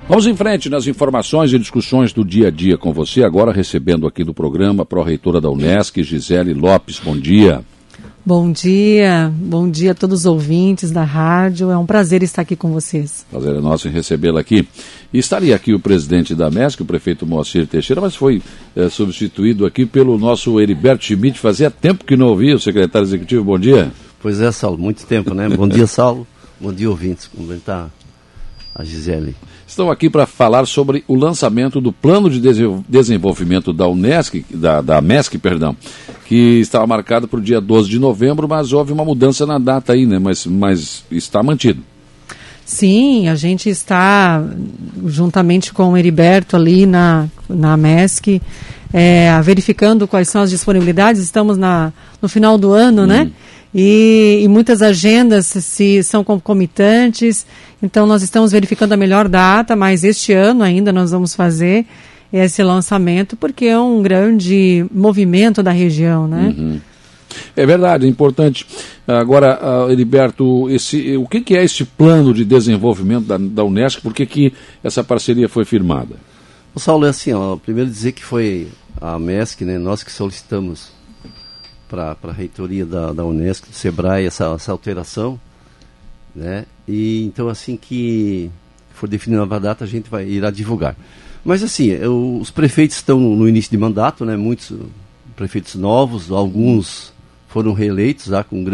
Vamos em frente nas informações e discussões do dia a dia com você, agora recebendo aqui do programa a pró-reitora da Unesc, Gisele Lopes. Bom dia. Bom dia a todos os ouvintes da rádio, é um prazer estar aqui com vocês. Prazer é nosso em recebê-la aqui. E estaria aqui o presidente da MESC, o prefeito Moacir Teixeira, mas foi substituído aqui pelo nosso Heriberto Schmidt. Fazia tempo que não ouvia o secretário executivo. Bom dia. Pois é, Saulo, muito tempo, né? Bom dia, Saulo. Bom dia, ouvintes. Como está a Gisele? Estão aqui para falar sobre o lançamento do plano de desenvolvimento da Unesc, da MESC, que estava marcado para o dia 12 de novembro, mas houve uma mudança na data aí, né? Mas está mantido. Sim, a gente está, juntamente com o Heriberto ali na MESC, verificando quais são as disponibilidades. Estamos no final do ano, né? E muitas agendas são concomitantes, então nós estamos verificando a melhor data, mas este ano ainda nós vamos fazer esse lançamento, porque é um grande movimento da região, né? Uhum. É verdade, é importante. Agora, Heriberto, o que é esse plano de desenvolvimento da Unesc? Por que essa parceria foi firmada? O Saulo, é assim, primeiro dizer que foi a MESC, né, nós que solicitamos para a reitoria da Unesc, do SEBRAE, essa alteração, né? E então, assim que for definida a nova data, a gente irá divulgar. Mas assim, os prefeitos estão no início de mandato, né? Muitos prefeitos novos, alguns foram reeleitos,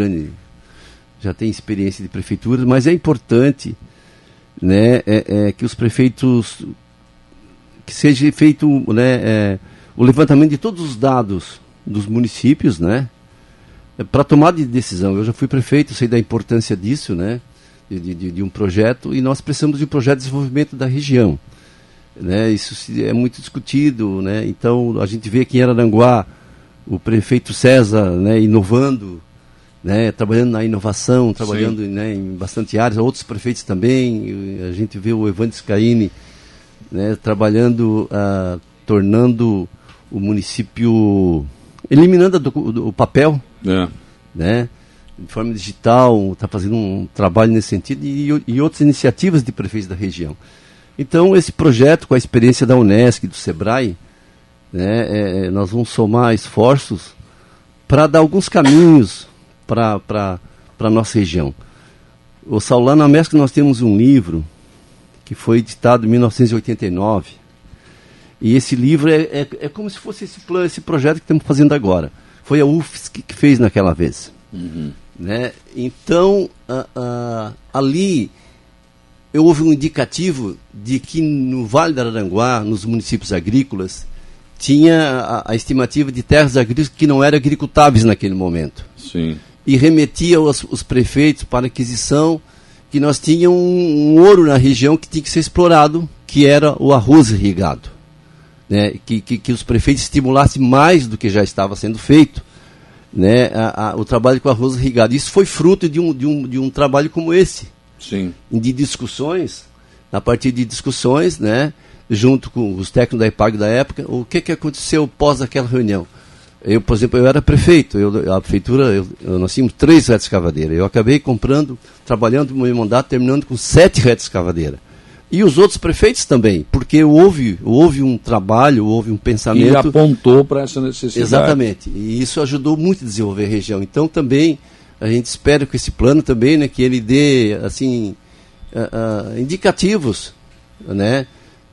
já tem experiência de prefeituras, mas é importante, né, que os prefeitos, que seja feito, né, o levantamento de todos os dados dos municípios, né, para tomar de decisão. Eu já fui prefeito, sei da importância disso, né, de um projeto, e nós precisamos de um projeto de desenvolvimento da região, né, isso é muito discutido, né. Então a gente vê aqui em Araranguá o prefeito César, né, inovando, né, trabalhando na inovação, trabalhando, né, em bastante áreas, outros prefeitos também. A gente vê o Evandro Scaini, né, trabalhando, tornando o município, eliminando o papel, né, de forma digital, está fazendo um trabalho nesse sentido, e outras iniciativas de prefeitos da região. Então, esse projeto, com a experiência da Unesc e do SEBRAE, né, nós vamos somar esforços para dar alguns caminhos para a nossa região. O Saulo, lá na MESC nós temos um livro que foi editado em 1989, e esse livro é como se fosse esse projeto que estamos fazendo agora. Foi a UFSC que fez naquela vez. Né? Então, ali houve um indicativo de que no Vale do Araranguá, nos municípios agrícolas, tinha a estimativa de terras agrícolas que não eram agricultáveis naquele momento. Sim. E remetia os prefeitos para aquisição, que nós tínhamos um ouro na região que tinha que ser explorado, que era o arroz irrigado. Né? Que os prefeitos estimulassem mais do que já estava sendo feito, né? O trabalho com arroz irrigado. Isso foi fruto de um trabalho como esse. Sim. De discussões, a partir de discussões, né, junto com os técnicos da EPAG da época, o que aconteceu pós aquela reunião. Eu, por exemplo, eu era prefeito, a prefeitura, nós tínhamos 3 retas escavadeiras. Eu acabei comprando, trabalhando no meu mandato, terminando com 7 retas escavadeiras. E os outros prefeitos também, porque houve um trabalho, houve um pensamento. E apontou para essa necessidade. Exatamente. E isso ajudou muito a desenvolver a região. Então também a gente espera que esse plano também, né, que ele dê assim, indicativos, né,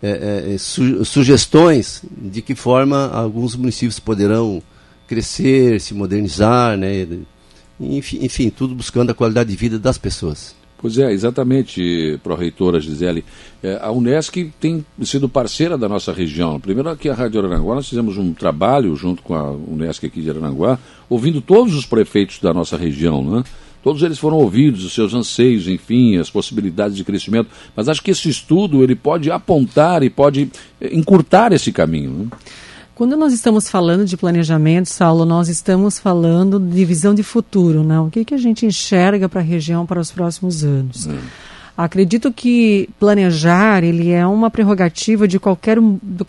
sugestões de que forma alguns municípios poderão crescer, se modernizar, né, enfim, tudo buscando a qualidade de vida das pessoas. Pois é, exatamente, pró-reitora Gisele. A Unesc tem sido parceira da nossa região. Primeiro, aqui a Rádio Araranguá, nós fizemos um trabalho junto com a Unesc aqui de Araranguá, ouvindo todos os prefeitos da nossa região, né? Todos eles foram ouvidos, os seus anseios, enfim, as possibilidades de crescimento. Mas acho que esse estudo ele pode apontar e pode encurtar esse caminho, né? Quando nós estamos falando de planejamento, Saulo, nós estamos falando de visão de futuro, né? O que a gente enxerga para a região para os próximos anos? Acredito que planejar ele é uma prerrogativa de qualquer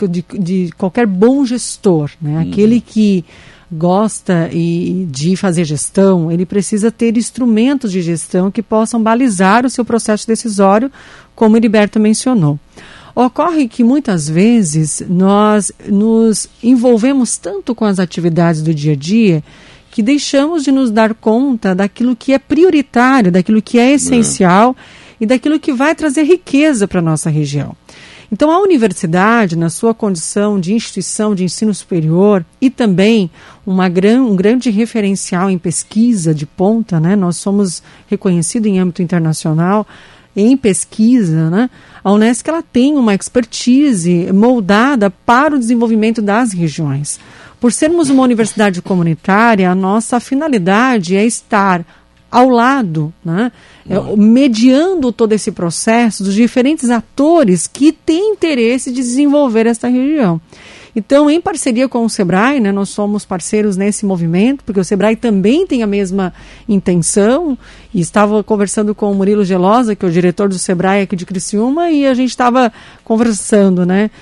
bom gestor, né? Aquele que gosta de fazer gestão, ele precisa ter instrumentos de gestão que possam balizar o seu processo decisório, como o Heriberto mencionou. Ocorre que muitas vezes nós nos envolvemos tanto com as atividades do dia a dia que deixamos de nos dar conta daquilo que é prioritário, daquilo que é essencial e daquilo que vai trazer riqueza para a nossa região. Então, a universidade, na sua condição de instituição de ensino superior e também um grande referencial em pesquisa de ponta, né? Nós somos reconhecidos em âmbito internacional em pesquisa, né? A Unesc ela tem uma expertise moldada para o desenvolvimento das regiões. Por sermos uma universidade comunitária, a nossa finalidade é estar ao lado, né? Mediando todo esse processo dos diferentes atores que têm interesse de desenvolver esta região. Então, em parceria com o SEBRAE, né, nós somos parceiros nesse movimento, porque o SEBRAE também tem a mesma intenção, e estava conversando com o Murilo Gelosa, que é o diretor do SEBRAE aqui de Criciúma, e a gente estava conversando, né?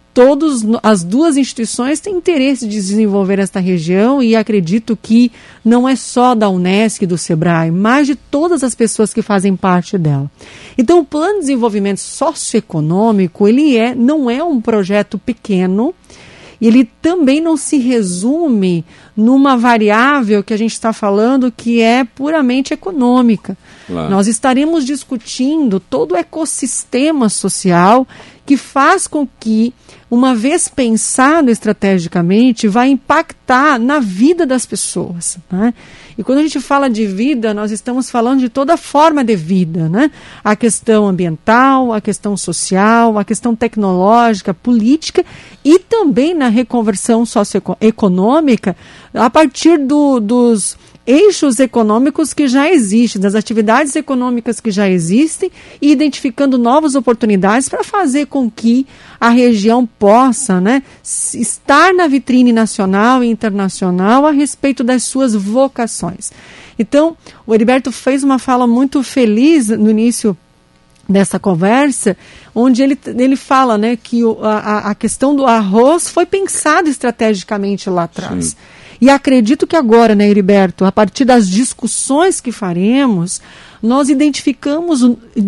As duas instituições têm interesse de desenvolver esta região e acredito que não é só da Unesc e do SEBRAE, mas de todas as pessoas que fazem parte dela. Então, o Plano de Desenvolvimento Socioeconômico, ele não é um projeto pequeno, ele também não se resume numa variável que a gente está falando que é puramente econômica. Claro. Nós estaremos discutindo todo o ecossistema social que faz com que, uma vez pensado estrategicamente, vai impactar na vida das pessoas, né? E quando a gente fala de vida, nós estamos falando de toda forma de vida, né? A questão ambiental, a questão social, a questão tecnológica, política e também na reconversão socioeconômica a partir dos eixos econômicos que já existem, das atividades econômicas que já existem e identificando novas oportunidades para fazer com que a região possa, né, estar na vitrine nacional e internacional a respeito das suas vocações. Então, o Heriberto fez uma fala muito feliz no início dessa conversa, onde ele fala, né, que a questão do arroz foi pensado estrategicamente lá atrás. Sim. E acredito que agora, né, Heriberto, a partir das discussões que faremos, nós identificaremos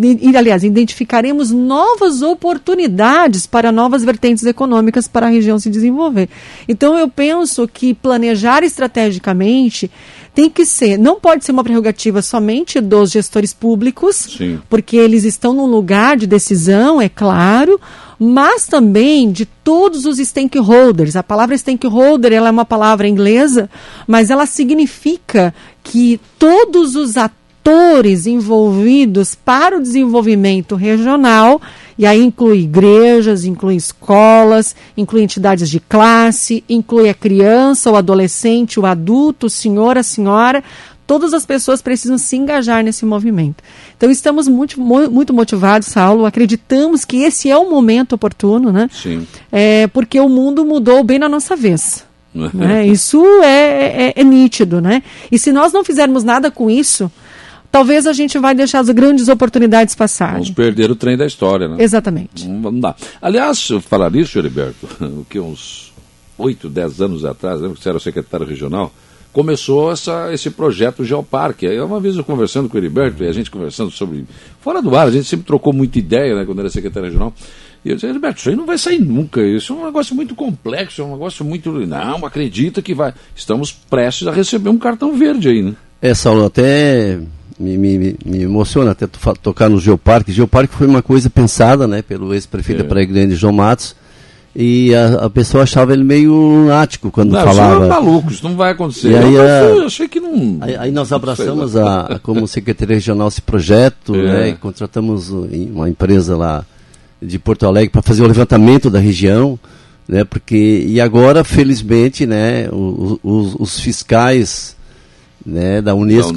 novas oportunidades para novas vertentes econômicas para a região se desenvolver. Então, eu penso que planejar estrategicamente tem que ser, não pode ser uma prerrogativa somente dos gestores públicos, sim, porque eles estão num lugar de decisão, é claro, mas também de todos os stakeholders. A palavra stakeholder ela é uma palavra inglesa, mas ela significa que todos os atores envolvidos para o desenvolvimento regional, e aí inclui igrejas, inclui escolas, inclui entidades de classe, inclui a criança, o adolescente, o adulto, o senhor, a senhora. Todas as pessoas precisam se engajar nesse movimento. Então, estamos muito motivados, Saulo. Acreditamos que esse é o momento oportuno, né? Sim. Porque o mundo mudou bem na nossa vez. Né? Isso é nítido, né? E se nós não fizermos nada com isso, talvez a gente vai deixar as grandes oportunidades passarem. Vamos perder o trem da história, né? Exatamente. Não dá. Aliás, falar isso, Heriberto, o que uns 8, 10 anos atrás, lembra que você era o secretário regional, começou esse projeto Geoparque. Aí uma vez eu conversando com o Heriberto, e a gente conversando sobre... Fora do ar, a gente sempre trocou muita ideia, né, quando era secretário regional. E eu disse, Heriberto, isso aí não vai sair nunca. Isso é um negócio muito complexo, é um negócio muito... Não, acredita que vai... Estamos prestes a receber um cartão verde aí, né? Saulo, até me emociona até tocar no Geoparque. Geoparque foi uma coisa pensada, né, pelo ex-prefeito da Praia Grande, João Matos. E a pessoa achava ele meio lunático quando falava. Não, maluco, isso não vai acontecer. E aí, eu achei que não. Aí nós abraçamos como Secretaria Regional esse projeto, né, e contratamos uma empresa lá de Porto Alegre para fazer o levantamento da região, né, e agora, felizmente, né, os fiscais, né, da Unesco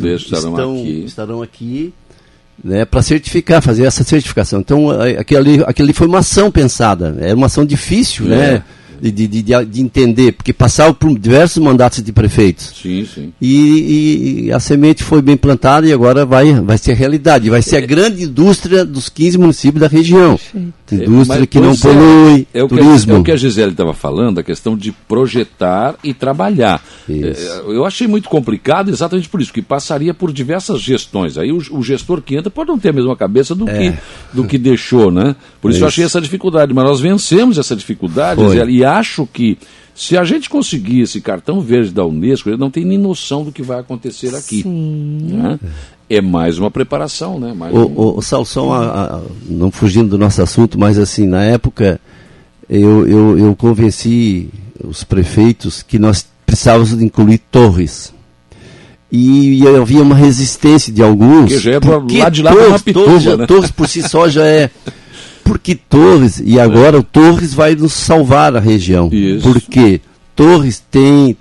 estarão aqui. Né, para certificar, fazer essa certificação. Então, aquilo ali foi uma ação pensada, era uma ação difícil, né? de entender, porque passaram por diversos mandatos de prefeitos. Sim. E a semente foi bem plantada e agora vai ser realidade. Vai ser a grande indústria dos 15 municípios da região. Indústria que não polui, turismo. É o que a Gisele estava falando, a questão de projetar e trabalhar. Eu achei muito complicado exatamente por isso, que passaria por diversas gestões. Aí o gestor que entra pode não ter a mesma cabeça do que deixou, né? Por isso eu achei essa dificuldade. Mas nós vencemos essa dificuldade, Gisele, e acho que se a gente conseguir esse cartão verde da Unesco, ele não tem nem noção do que vai acontecer aqui. Né? É mais uma preparação, né? O Salson, não fugindo do nosso assunto, mas assim, na época eu convenci os prefeitos que nós precisávamos incluir Torres. E havia uma resistência de alguns. Porque já é lá de lá para Mapituba, né? Torres por si só já é. Porque Torres, e agora o Torres vai nos salvar a região. Isso. Porque Torres tem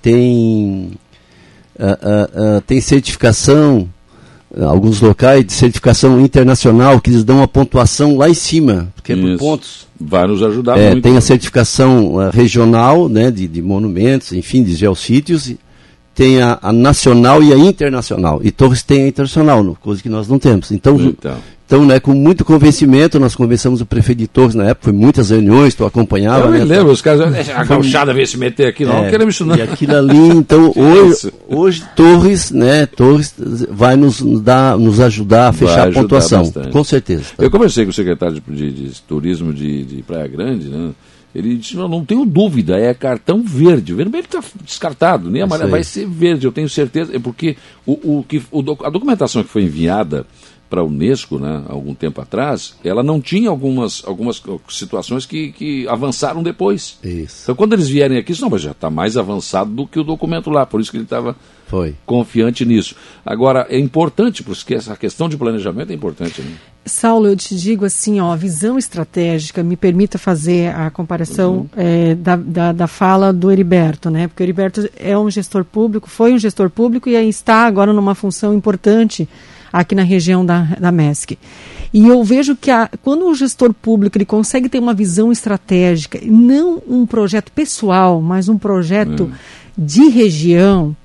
certificação, alguns locais de certificação internacional, que eles dão uma pontuação lá em cima, porque é por pontos. Vai nos ajudar muito. Tem a certificação regional, né, de monumentos, enfim, de geossítios, tem a nacional e a internacional. E Torres tem a internacional, coisa que nós não temos. Então, né, com muito convencimento, nós conversamos o prefeito de Torres na época, foi muitas reuniões, tu acompanhava. Eu me lembro, os caras, a gauchada veio se meter aqui, não queremos isso não. E aquilo ali, então, hoje Torres vai nos ajudar a fechar a pontuação, bastante. Com certeza. Tá? Eu conversei com o secretário de turismo de Praia Grande, né? Ele disse, não tenho dúvida, é cartão verde. O vermelho está descartado, nem amarelo, vai ser verde, eu tenho certeza. É porque a documentação que foi enviada para a Unesco, né, há algum tempo atrás, ela não tinha algumas situações que avançaram depois. Isso. Então, quando eles vierem aqui, mas já está mais avançado do que o documento lá, por isso que ele estava confiante nisso. Agora, é importante, porque essa questão de planejamento é importante. Né? Saulo, eu te digo assim, a visão estratégica, me permita fazer a comparação da fala do Heriberto, né? Porque o Heriberto é um gestor público, foi um gestor público e está agora numa função importante aqui na região da MESC. E eu vejo que quando o gestor público ele consegue ter uma visão estratégica, não um projeto pessoal, mas um projeto de região,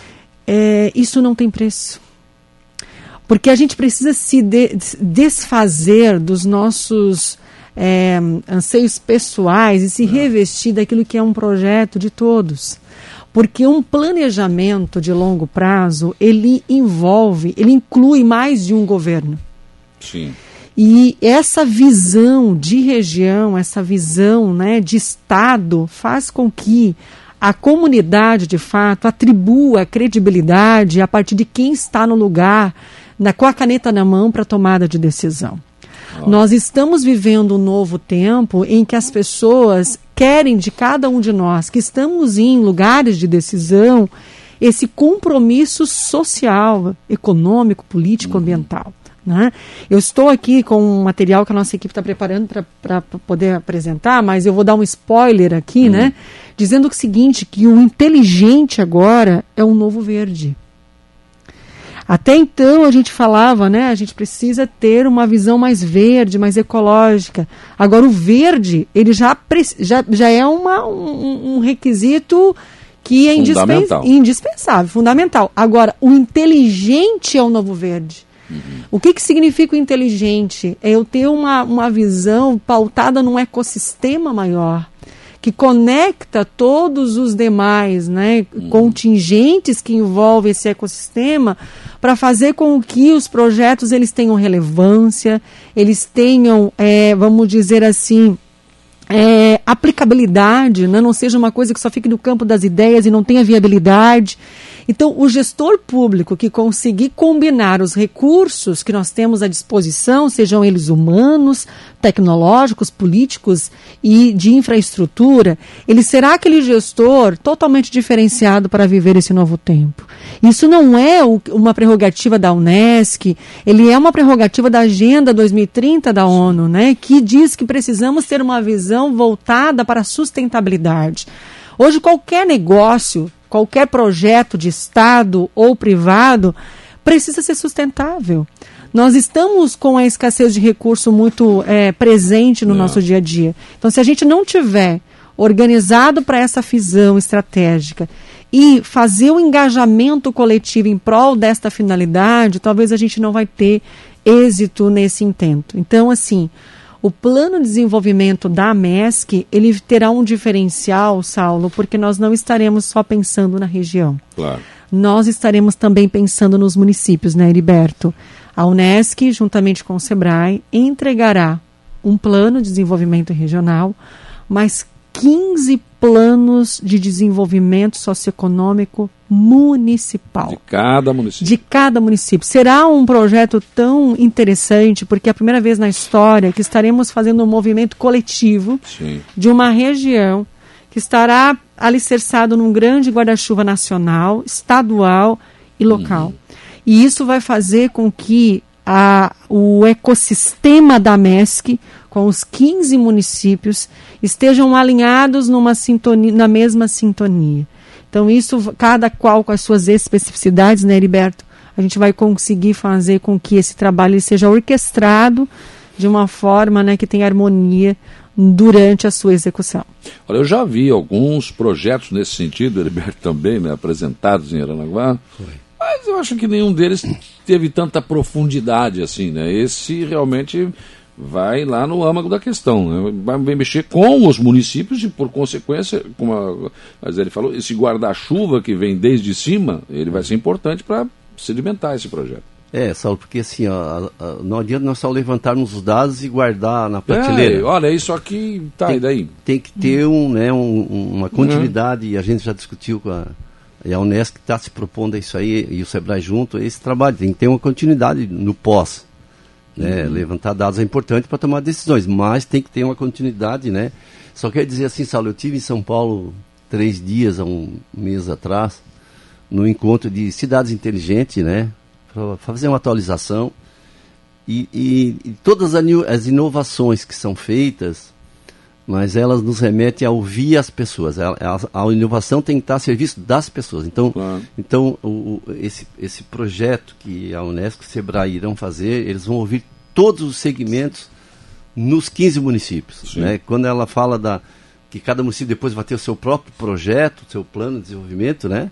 isso não tem preço. Porque a gente precisa se desfazer dos nossos anseios pessoais e se revestir daquilo que é um projeto de todos. Porque um planejamento de longo prazo, ele inclui mais de um governo. Sim. E essa visão de região, essa visão, né, de Estado, faz com que a comunidade, de fato, atribua credibilidade a partir de quem está no lugar, com a caneta na mão para a tomada de decisão. Nós estamos vivendo um novo tempo em que as pessoas querem de cada um de nós, que estamos em lugares de decisão, esse compromisso social, econômico, político, ambiental. Né? Eu estou aqui com um material que a nossa equipe está preparando para poder apresentar, mas eu vou dar um spoiler aqui, né? Dizendo o seguinte, que o inteligente agora é um novo verde. Até então a gente falava, né, a gente precisa ter uma visão mais verde, mais ecológica. Agora o verde, ele já é um requisito que é indispensável, fundamental. Agora, o inteligente é o novo verde. O que significa o inteligente? É eu ter uma visão pautada num ecossistema maior, que conecta todos os demais, né, contingentes que envolvem esse ecossistema, para fazer com que os projetos eles tenham relevância, eles tenham, vamos dizer assim, aplicabilidade, né, não seja uma coisa que só fique no campo das ideias e não tenha viabilidade. Então, o gestor público que conseguir combinar os recursos que nós temos à disposição, sejam eles humanos, tecnológicos, políticos e de infraestrutura, ele será aquele gestor totalmente diferenciado para viver esse novo tempo. Isso não é uma prerrogativa da Unesc, ele é uma prerrogativa da Agenda 2030 da ONU, né, que diz que precisamos ter uma visão voltada para a sustentabilidade. Hoje, qualquer negócio, qualquer projeto de Estado ou privado precisa ser sustentável. Nós estamos com a escassez de recurso muito presente no nosso dia a dia. Então, se a gente não tiver organizado para essa visão estratégica e fazer o engajamento coletivo em prol desta finalidade, talvez a gente não vai ter êxito nesse intento. Então, assim, o plano de desenvolvimento da MESC, ele terá um diferencial, Saulo, porque nós não estaremos só pensando na região. Claro. Nós estaremos também pensando nos municípios, né, Heriberto? A Unesc, juntamente com o SEBRAE, entregará um plano de desenvolvimento regional, mas 15 planos de desenvolvimento socioeconômico municipal. De cada município. De cada município. Será um projeto tão interessante, porque é a primeira vez na história que estaremos fazendo um movimento coletivo Sim. de uma região que estará alicerçado num grande guarda-chuva nacional, estadual e local. E isso vai fazer com que o ecossistema da MESC, com os 15 municípios, estejam alinhados na mesma sintonia. Então, isso, cada qual com as suas especificidades, né, Heriberto? A gente vai conseguir fazer com que esse trabalho seja orquestrado de uma forma, né, que tenha harmonia durante a sua execução. Olha, eu já vi alguns projetos nesse sentido, Heriberto, também, né, apresentados em Aranaguá, mas eu acho que nenhum deles teve tanta profundidade assim, né? Esse realmente vai lá no âmago da questão, né? Vai mexer com os municípios e, por consequência, como a Zé falou, esse guarda-chuva que vem desde cima, ele vai ser importante para sedimentar esse projeto. Saulo, porque assim, não adianta nós só levantarmos os dados e guardar na prateleira. Olha, isso aqui, tá, e daí? Tem que ter uma continuidade, e a gente já discutiu com a Unesc, que está se propondo a isso aí, e o SEBRAE junto, esse trabalho. Tem que ter uma continuidade no pós. Né? Levantar dados é importante para tomar decisões, mas tem que ter uma continuidade, né? Só quer dizer assim, Saulo, eu estive em São Paulo 3 dias, há um mês atrás, no encontro de cidades inteligentes, né? Para fazer uma atualização, e todas as inovações que são feitas, mas elas nos remetem a ouvir as pessoas. A inovação tem que estar a serviço das pessoas. Então, claro. Então esse projeto que a Unesc e o SEBRAE irão fazer, eles vão ouvir todos os segmentos nos 15 municípios. Né? Quando ela fala que cada município depois vai ter o seu próprio projeto, o seu plano de desenvolvimento, né?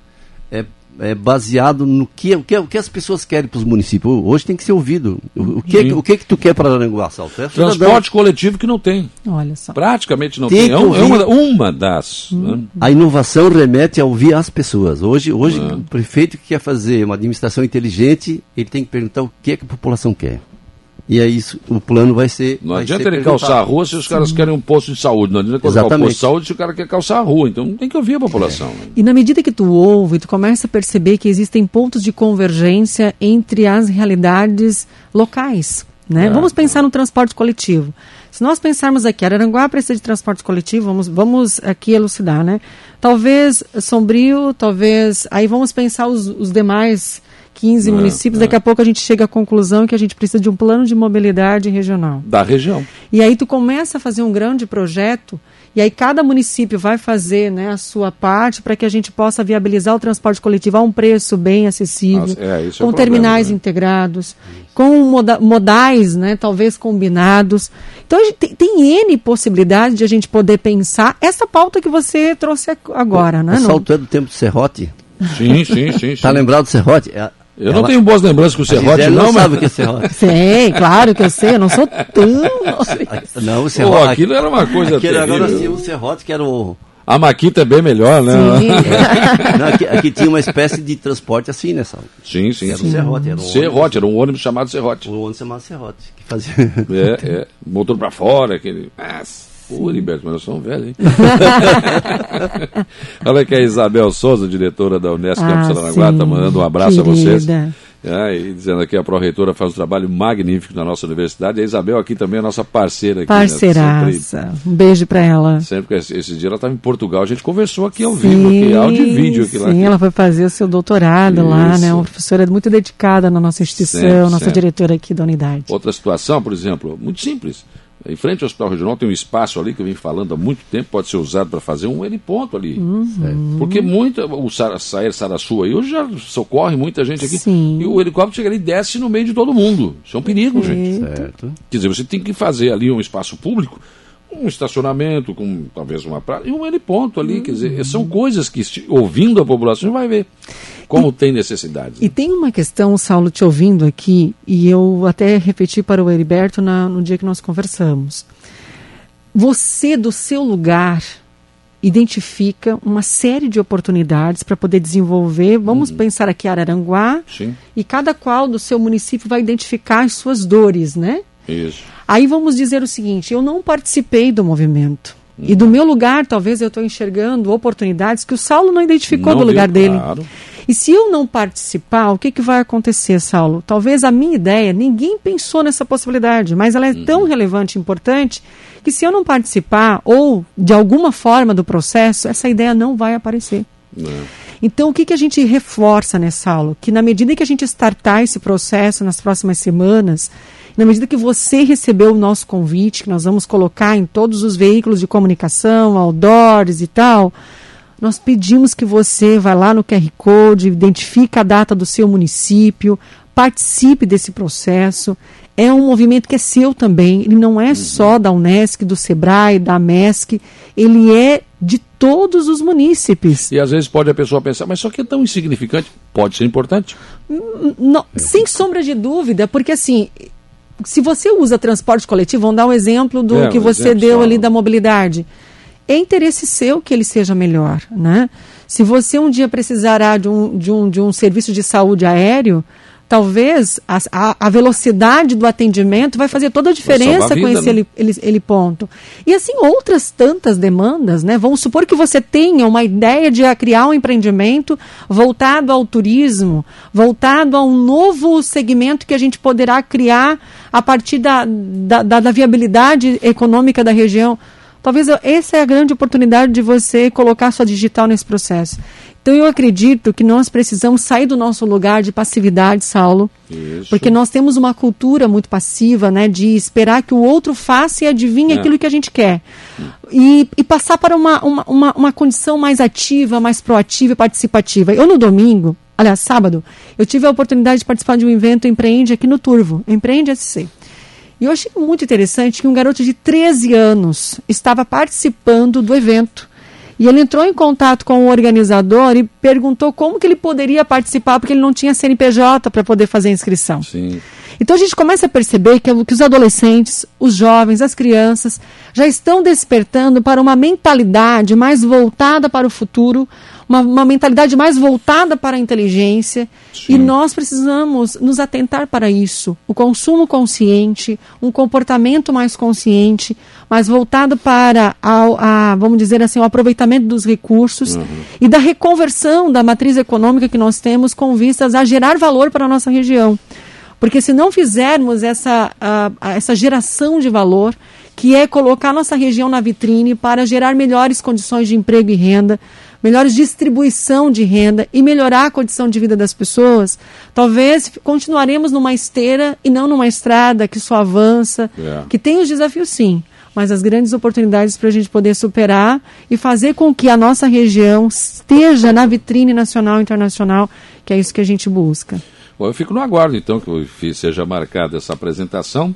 É baseado no que as pessoas querem para os municípios. Hoje tem que ser ouvido. O que tu quer para Aranaguá, Saulo? Transporte coletivo que não tem. Olha só. Praticamente não tem. É uma das. Né? A inovação remete a ouvir as pessoas. Hoje o prefeito que quer fazer uma administração inteligente, ele tem que perguntar o que a população quer. E é isso, o plano vai ser... Não adianta ele calçar a rua se os caras querem um posto de saúde. Não adianta colocar um posto de saúde se o cara quer calçar a rua. Então tem que ouvir a população. E na medida que tu ouve, tu começa a perceber que existem pontos de convergência entre as realidades locais. Né? Vamos pensar no transporte coletivo. Se nós pensarmos aqui, Araranguá precisa de transporte coletivo, vamos aqui elucidar, né? Talvez Sombrio, aí vamos pensar os demais 15 municípios, daqui a pouco a gente chega à conclusão que a gente precisa de um plano de mobilidade regional. Da região. E aí tu começa a fazer um grande projeto, e aí cada município vai fazer, né, a sua parte para que a gente possa viabilizar o transporte coletivo a um preço bem acessível, com terminais integrados, com modais, né, talvez combinados. Então a gente tem N possibilidades de a gente poder pensar essa pauta que você trouxe agora. Né? Salto é do tempo do Serrote? Sim. Tá lembrado do Serrote? Eu não tenho boas lembranças com o Serrote, não, mas... sabe o que é Serrote? Sei, claro que eu sei, eu não sou tão... Não, o Serrote... Pô, aquilo era uma coisa terrível. Agora sim, o Serrote que era o... A Maquita é bem melhor, né? Sim. Não, aqui tinha uma espécie de transporte assim, né, Saulo? Sim. Era o Serrote. Era um ônibus chamado Serrote. Um ônibus chamado Serrote. Que fazia... motor pra fora, aquele... Pô, Heriberto, mas nós somos velhos, hein? Olha que a Isabel Souza, diretora da Unesc Campus Aranaguá, está mandando um abraço a vocês. E dizendo aqui, a pró-reitora faz um trabalho magnífico na nossa universidade. A Isabel aqui também é a nossa parceira. Aqui, parceiraça. Né? Um beijo para ela. Sempre que esse dia ela estava em Portugal, a gente conversou aqui ao vivo, aqui, áudio e vídeo. Sim, ela foi fazer o seu doutorado lá, né? Uma professora muito dedicada na nossa instituição, nossa diretora aqui da unidade. Outra situação, por exemplo, muito simples. Em frente ao Hospital Regional tem um espaço ali que eu venho falando há muito tempo, pode ser usado para fazer um heliponto ali. Porque o Saer Sarassu aí hoje já socorre muita gente aqui. Sim. E o helicóptero chega ali e desce no meio de todo mundo. Isso é um perigo, gente. Certo. Quer dizer, você tem que fazer ali um espaço público, um estacionamento, com talvez uma praia, e um heliponto ali, quer dizer, são coisas que, ouvindo a população, vai ver como tem necessidades. E tem uma questão, Saulo, te ouvindo aqui, e eu até repeti para o Heriberto no dia que nós conversamos. Você, do seu lugar, identifica uma série de oportunidades para poder desenvolver. Vamos pensar aqui Araranguá. Sim. E cada qual do seu município vai identificar as suas dores, né? Isso. Aí vamos dizer o seguinte, eu não participei do movimento. E do meu lugar, talvez eu estou enxergando oportunidades que o Saulo não identificou do lugar dele. Claro. E se eu não participar, o que vai acontecer, Saulo? Talvez a minha ideia, ninguém pensou nessa possibilidade, mas ela é tão relevante e importante que se eu não participar, ou de alguma forma do processo, essa ideia não vai aparecer. Então, o que a gente reforça nessa aula? Que na medida que a gente startar esse processo nas próximas semanas, na medida que você recebeu o nosso convite, que nós vamos colocar em todos os veículos de comunicação, outdoors e tal, nós pedimos que você vá lá no QR Code, identifique a data do seu município, participe desse processo. É um movimento que é seu também, ele não é só da Unesc, do Sebrae, da MESC, ele é de todos os munícipes. E às vezes pode a pessoa pensar, mas só que é tão insignificante, pode ser importante? Não, sem sombra de dúvida, porque assim, se você usa transporte coletivo, vamos dar um exemplo do que você deu ali da mobilidade. É interesse seu que ele seja melhor, né? Se você um dia precisará de um serviço de saúde aéreo, talvez a velocidade do atendimento vai fazer toda a diferença com esse ponto. E assim, outras tantas demandas, né? Vamos supor que você tenha uma ideia de criar um empreendimento voltado ao turismo, voltado a um novo segmento que a gente poderá criar a partir da viabilidade econômica da região. Talvez essa é a grande oportunidade de você colocar sua digital nesse processo. Então eu acredito que nós precisamos sair do nosso lugar de passividade, Saulo, porque nós temos uma cultura muito passiva, né, de esperar que o outro faça e adivinhe aquilo que a gente quer. E passar para uma condição mais ativa, mais proativa e participativa. Eu no domingo, aliás, sábado, eu tive a oportunidade de participar de um evento Empreende aqui no Turvo, Empreende SC. E eu achei muito interessante que um garoto de 13 anos estava participando do evento. E ele entrou em contato com o organizador e perguntou como que ele poderia participar, porque ele não tinha CNPJ para poder fazer a inscrição. Sim. Então a gente começa a perceber que os adolescentes, os jovens, as crianças já estão despertando para uma mentalidade mais voltada para o futuro, uma mentalidade mais voltada para a inteligência. Sim. E nós precisamos nos atentar para isso. O consumo consciente, um comportamento mais consciente, mais voltado para, vamos dizer assim, o aproveitamento dos recursos e da reconversão da matriz econômica que nós temos com vistas a gerar valor para a nossa região. Porque se não fizermos essa geração de valor, que é colocar nossa região na vitrine para gerar melhores condições de emprego e renda, melhores distribuição de renda e melhorar a condição de vida das pessoas, talvez continuaremos numa esteira e não numa estrada que só avança, que tem os desafios sim, mas as grandes oportunidades para a gente poder superar e fazer com que a nossa região esteja na vitrine nacional e internacional, que é isso que a gente busca. Bom, eu fico no aguardo, então, que seja marcada essa apresentação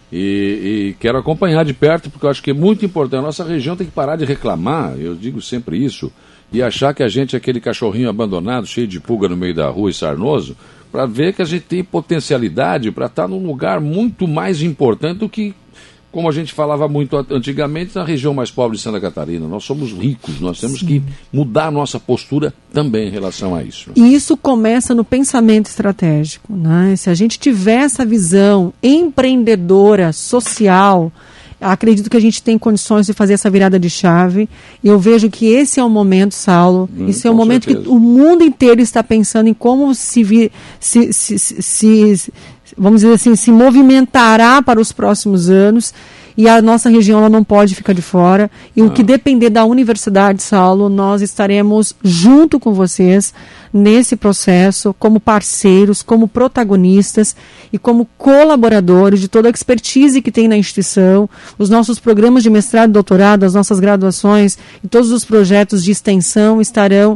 e quero acompanhar de perto, porque eu acho que é muito importante. A nossa região tem que parar de reclamar, eu digo sempre isso, e achar que a gente é aquele cachorrinho abandonado, cheio de pulga no meio da rua e sarnoso, para ver que a gente tem potencialidade para estar num lugar muito mais importante do que, como a gente falava muito antigamente, na região mais pobre de Santa Catarina. Nós somos ricos, nós temos que mudar a nossa postura também em relação a isso. E isso começa no pensamento estratégico, né? Se a gente tiver essa visão empreendedora, social, acredito que a gente tem condições de fazer essa virada de chave. E eu vejo que esse é o momento, Saulo, esse é o momento certeza. Que o mundo inteiro está pensando em como vamos dizer assim, se movimentará para os próximos anos, e a nossa região ela não pode ficar de fora. E o que depender da Universidade, Saulo, nós estaremos junto com vocês nesse processo, como parceiros, como protagonistas e como colaboradores de toda a expertise que tem na instituição, os nossos programas de mestrado e doutorado, as nossas graduações e todos os projetos de extensão estarão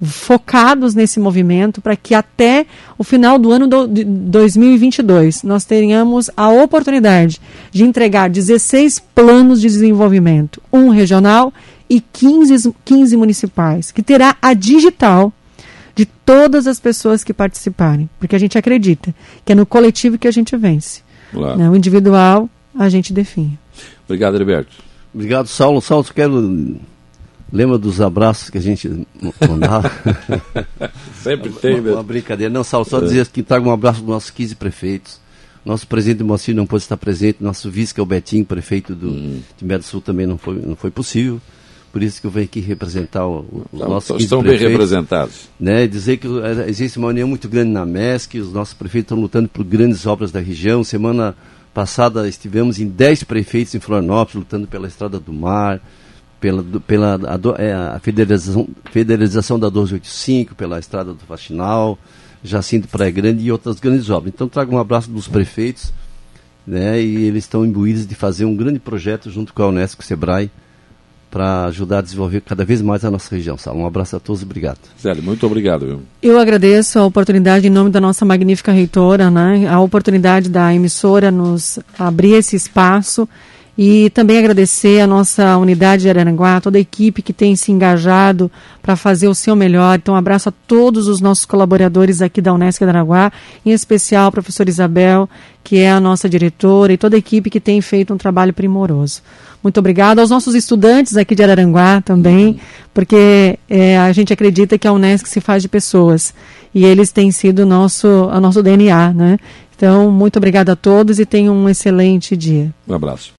focados nesse movimento para que até o final do ano de 2022 nós tenhamos a oportunidade de entregar 16 planos de desenvolvimento, um regional e 15 municipais, que terá a digital de todas as pessoas que participarem, porque a gente acredita que é no coletivo que a gente vence. Claro. Né? O individual a gente define. Obrigado, Heriberto. Obrigado, Saulo. Saulo, lembra dos abraços que a gente mandava? Sempre tem, uma brincadeira. Não, Saulo, só dizer que traga um abraço dos nossos 15 prefeitos. Nosso presidente Moacir não pôde estar presente, nosso vice, que é o Betinho, prefeito de Médio Sul, também não foi possível. Por isso que eu venho aqui representar os nossos 15 estão prefeitos. Bem representados. Né, dizer que existe uma união muito grande na MESC, os nossos prefeitos estão lutando por grandes obras da região. Semana passada estivemos em 10 prefeitos em Florianópolis, lutando pela Estrada do Mar, pela federalização da 285, pela Estrada do Faxinal, Jacinto Praia Grande e outras grandes obras. Então trago um abraço dos prefeitos, né, e eles estão imbuídos de fazer um grande projeto junto com a Unesco e o Sebrae, para ajudar a desenvolver cada vez mais a nossa região. Saulo, um abraço a todos, obrigado. Célio, muito obrigado. Viu? Eu agradeço a oportunidade, em nome da nossa magnífica reitora, né, a oportunidade da emissora nos abrir esse espaço e também agradecer a nossa unidade de Araranguá, toda a equipe que tem se engajado para fazer o seu melhor. Então, um abraço a todos os nossos colaboradores aqui da Unesco de Araranguá, em especial a professora Isabel, que é a nossa diretora, e toda a equipe que tem feito um trabalho primoroso. Muito obrigada aos nossos estudantes aqui de Araranguá também, porque a gente acredita que a Unesco se faz de pessoas, e eles têm sido o nosso DNA, né? Então, muito obrigada a todos e tenham um excelente dia. Um abraço.